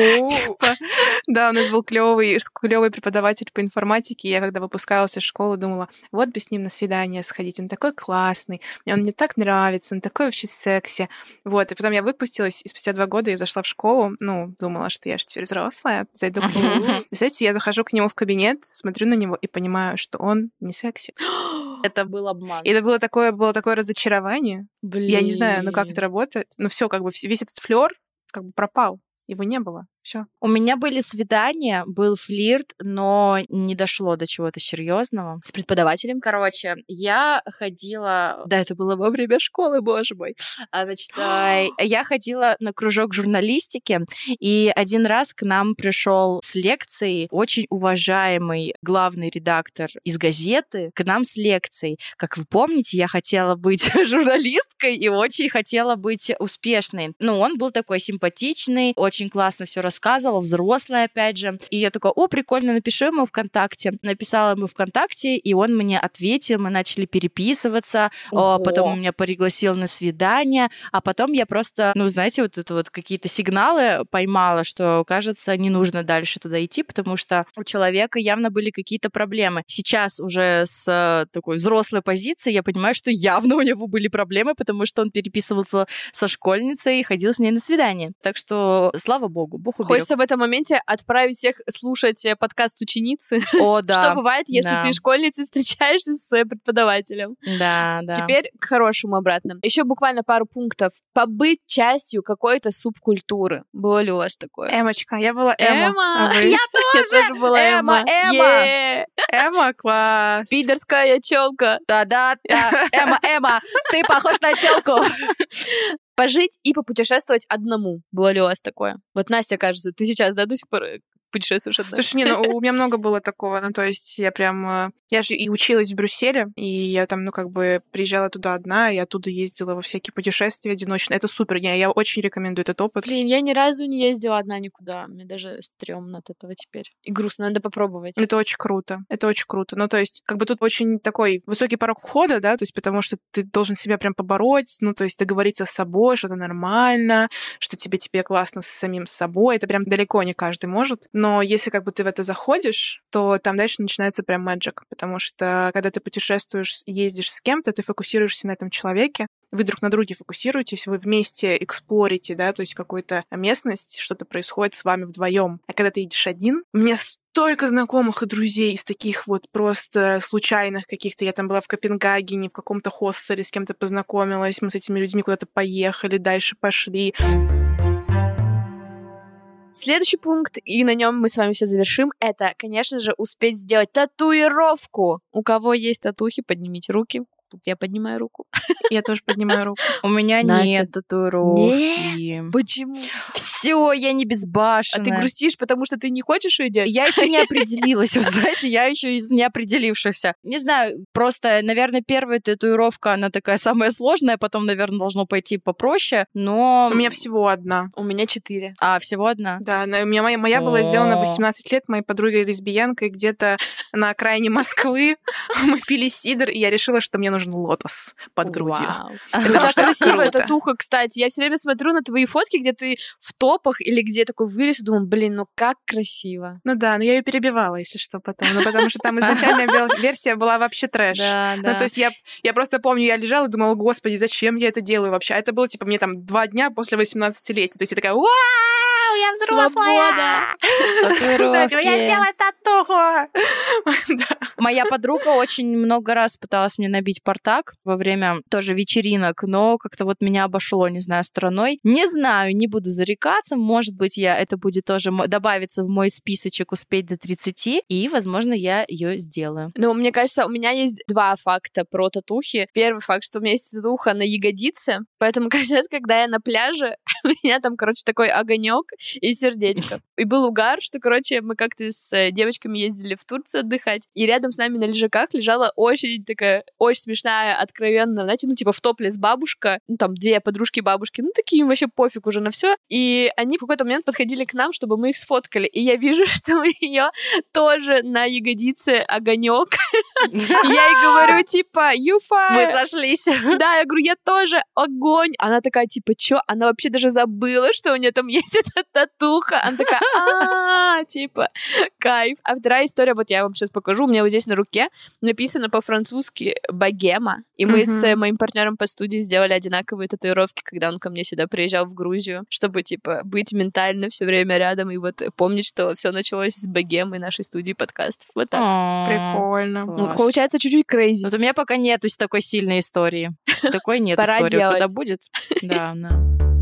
Типа, Да, у нас был клевый, клевый преподаватель по информатике. Я когда выпускалась из школы, думала, вот бы с ним на свидание сходить. Он такой классный, мне он мне так нравится, он такой вообще секси. Вот, и потом я выпустилась, и спустя два года я зашла в школу, ну, думала, что я же теперь взрослая, зайду к нему. И, знаете, я захожу к нему в кабинет, смотрю на него и понимаю, что он не секси. Это был обман. И это было такое, было такое разочарование. Блин. Я не знаю, ну как это работает, но все как бы весь этот флёр как бы пропал, его не было. Все. У меня были свидания, был флирт, но не дошло до чего-то серьезного. С преподавателем? Короче, я ходила... Да, это было во время школы, боже мой. А, значит, а, я ходила на кружок журналистики, и один раз к нам пришел с лекцией очень уважаемый главный редактор из газеты, к нам с лекцией. Как вы помните, я хотела быть журналисткой и очень хотела быть успешной. Ну, он был такой симпатичный, очень классно все рассказывал, взрослый, опять же. И я такая, о, прикольно, напишу ему ВКонтакте. Написала ему ВКонтакте, и он мне ответил, мы начали переписываться, о, потом он меня пригласил на свидание, а потом я просто, ну, знаете, вот это вот какие-то сигналы поймала, что, кажется, не нужно дальше туда идти, потому что у человека явно были какие-то проблемы. Сейчас уже с такой взрослой позиции я понимаю, что явно у него были проблемы, потому что он переписывался со школьницей и ходил с ней на свидание. Так что, слава богу, Бог уберег. Хочется в этом моменте отправить всех слушать подкаст ученицы. О, да. Что бывает, если Да. ты школьницей встречаешься с преподавателем. Да, да. Теперь к хорошему обратно. Еще буквально пару пунктов. Побыть частью какой-то субкультуры. Было ли у вас такое? Эмочка, я была Эма. Эма! А вы? Я тоже была Эма, Эма. Эма. Е! Эма, класс. Пидорская челка. Да-да-да. Эма, Эма, ты похож на телку. Пожить и попутешествовать одному. Было ли у вас такое? Вот, Настя, кажется, ты сейчас, да, до сих пор путешествуешь одна? Слушай, не, ну у меня много было такого, ну то есть я прям... э, Я же и училась в Брюсселе, и я там, ну как бы приезжала туда одна, и оттуда ездила во всякие путешествия одиночные. Это супер, не, я очень рекомендую этот опыт. Блин, я ни разу не ездила одна никуда. Мне даже стрёмно от этого теперь. И грустно, надо попробовать. Это очень круто, это очень круто. Ну то есть как бы тут очень такой высокий порог входа, да, то есть потому что ты должен себя прям побороть, ну то есть договориться с собой, что это нормально, что тебе тебе классно с самим собой. Это прям далеко не каждый может. Но если как бы ты в это заходишь, то там дальше начинается прям magic, потому что когда ты путешествуешь, ездишь с кем-то, ты фокусируешься на этом человеке, вы друг на друге фокусируетесь, вы вместе эксплорите, да, то есть какую-то местность, что-то происходит с вами вдвоем. А когда ты едешь один, мне столько знакомых и друзей из таких вот просто случайных каких-то. Я там была в Копенгагене, в каком-то хостеле, с кем-то познакомилась, мы с этими людьми куда-то поехали, дальше пошли. Следующий пункт, и на нем мы с вами все завершим, это, конечно же, успеть сделать татуировку. У кого есть татухи, поднимите руки. Тут я поднимаю руку. Я тоже поднимаю руку. У меня нет татуировки. Почему? Все, я не безбашенная. А ты грустишь, потому что ты не хочешь ее делать? Я еще не определилась, вы знаете, я еще из неопределившихся. Не знаю, просто, наверное, первая татуировка, она такая самая сложная, потом, наверное, должно пойти попроще, но... У меня всего одна. У меня четыре. А, всего одна? Да, у меня моя, моя была сделана в восемнадцать лет моей подругой лесбиянкой где-то на окраине Москвы. Мы пили сидр, и я решила, что мне нужен лотос под грудью. Это так красивая татуха, кстати. Я все время смотрю на твои фотки, где ты в топах или где такой вырез, и думаю, блин, ну как красиво. Ну да, но я ее перебивала, если что, потом. Ну потому что там изначальная версия была вообще трэш. Да, да. Ну то есть я, я просто помню, я лежала и думала, господи, зачем я это делаю вообще? А это было, типа, мне там два дня после восемнадцатилетия. То есть я такая, вау, я взрослая! Да, типа, я сделала татуху! Моя подруга очень много раз пыталась мне набить портак во время тоже вечеринок, но как-то вот меня обошло, не знаю, стороной. Не знаю, не буду зарекаться. Может быть, я это будет тоже добавиться в мой списочек успеть до тридцати, и, возможно, я ее сделаю. Ну, мне кажется, у меня есть два факта про татухи. Первый факт, что у меня есть татуха на ягодице, поэтому каждый раз, когда я на пляже, у меня там, короче, такой огонек и сердечко. И был угар, что, короче, мы как-то с девочками ездили в Турцию отдыхать, и рядом с нами на лежаках лежала очень такая, очень смешная, откровенно, знаете, ну, типа в топлес бабушка, ну, там, две подружки-бабушки, ну, такие им вообще пофиг уже на все. И они в какой-то момент подходили к нам, чтобы мы их сфоткали. И я вижу, что у нее тоже на ягодице огонек. Я ей говорю, типа, you fire. Мы сошлись. Да, я говорю, я тоже огонь. Она такая, типа, чё? Она вообще даже забыла, что у нее там есть эта татуха. Она такая, а типа, кайф. А вторая история, вот я вам сейчас покажу, у меня вот здесь на руке написано по-французски «богема». И мы mm-hmm. с моим партнером по студии сделали одинаковые татуировки, когда он ко мне сюда приезжал в Грузию, чтобы, типа, быть ментально все время рядом и вот помнить, что все началось с богемы нашей студии подкаст. Вот так. Oh, прикольно. Ну, получается чуть-чуть крейзи. Вот у меня пока нету такой сильной истории. Такой нет Пора истории. делать. Когда будет? Да, да.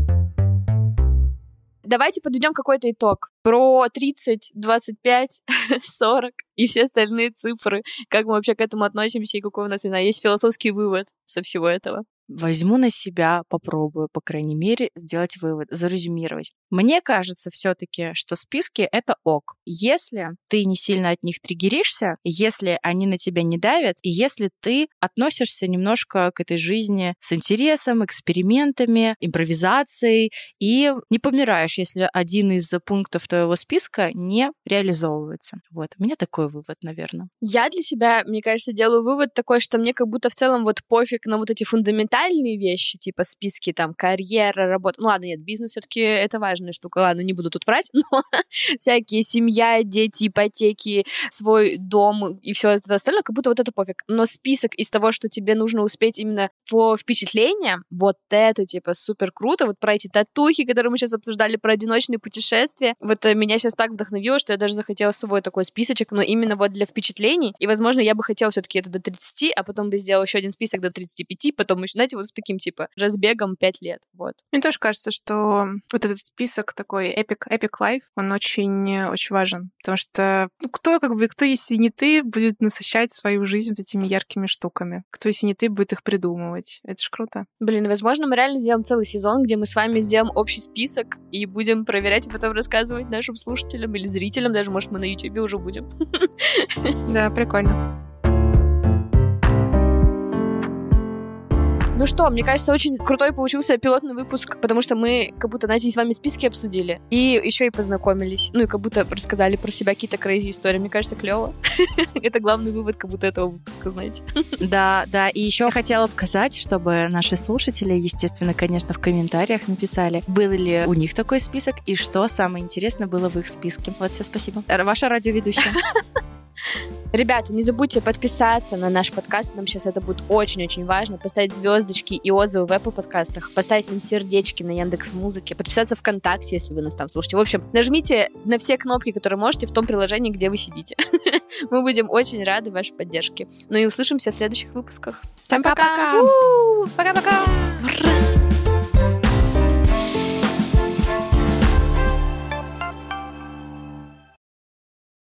Давайте подведем какой-то итог. Про тридцать, двадцать пять, сорок и все остальные цифры. Как мы вообще к этому относимся и какой у нас, не знаю, есть философский вывод со всего этого. Возьму на себя, попробую, по крайней мере, сделать вывод, зарезюмировать. Мне кажется все-таки, что списки — это ок. Если ты не сильно от них триггеришься, если они на тебя не давят, и если ты относишься немножко к этой жизни с интересом, экспериментами, импровизацией, и не помираешь, если один из пунктов твоего списка не реализовывается. Вот, у меня такой вывод, наверное. Я для себя, мне кажется, делаю вывод такой, что мне как будто в целом вот пофиг на вот эти фундаментальные вещи, типа списки, там, карьера, работа. Ну ладно, нет, бизнес все-таки это важная штука. Ладно, не буду тут врать, но всякие семья, дети, ипотеки, свой дом и все это остальное, как будто вот это пофиг. Но список из того, что тебе нужно успеть именно по впечатлениям, вот это, типа, супер круто. Вот про эти татухи, которые мы сейчас обсуждали, про одиночные путешествия. Вот меня сейчас так вдохновило, что я даже захотела свой такой списочек, но именно вот для впечатлений. И, возможно, я бы хотела все-таки это до тридцати, а потом бы сделала еще один список до тридцати пяти, потом еще, знаете, вот в таким, типа, разбегом пять лет, вот. Мне тоже кажется, что вот этот список такой epic, epic life, он очень, очень важен, потому что ну, кто, как бы, кто, если не ты, будет насыщать свою жизнь вот этими яркими штуками? Кто, если не ты, будет их придумывать? Это ж круто. Блин, возможно, мы реально сделаем целый сезон, где мы с вами сделаем общий список и будем проверять и потом рассказывать нашим слушателям или зрителям, даже, может, мы на Ютубе уже будем. Да, прикольно. Ну что, мне кажется, очень крутой получился пилотный выпуск, потому что мы как будто, знаете, с вами списки обсудили и еще и познакомились. Ну и как будто рассказали про себя какие-то crazy истории. Мне кажется, клево. Это главный вывод как будто этого выпуска, знаете. Да, да. И еще я хотела сказать, чтобы наши слушатели, естественно, конечно, в комментариях написали, был ли у них такой список и что самое интересное было в их списке. Вот, все, спасибо. Ваша радиоведущая. Ребята, не забудьте подписаться на наш подкаст, нам сейчас это будет очень-очень важно, поставить звездочки и отзывы в Apple подкастах, поставить нам сердечки на Яндекс.Музыке, подписаться ВКонтакте, если вы нас там слушаете. В общем, нажмите на все кнопки, которые можете в том приложении, где вы сидите. Мы будем очень рады вашей поддержке. Ну и услышимся в следующих выпусках. Всем пока! Пока-пока!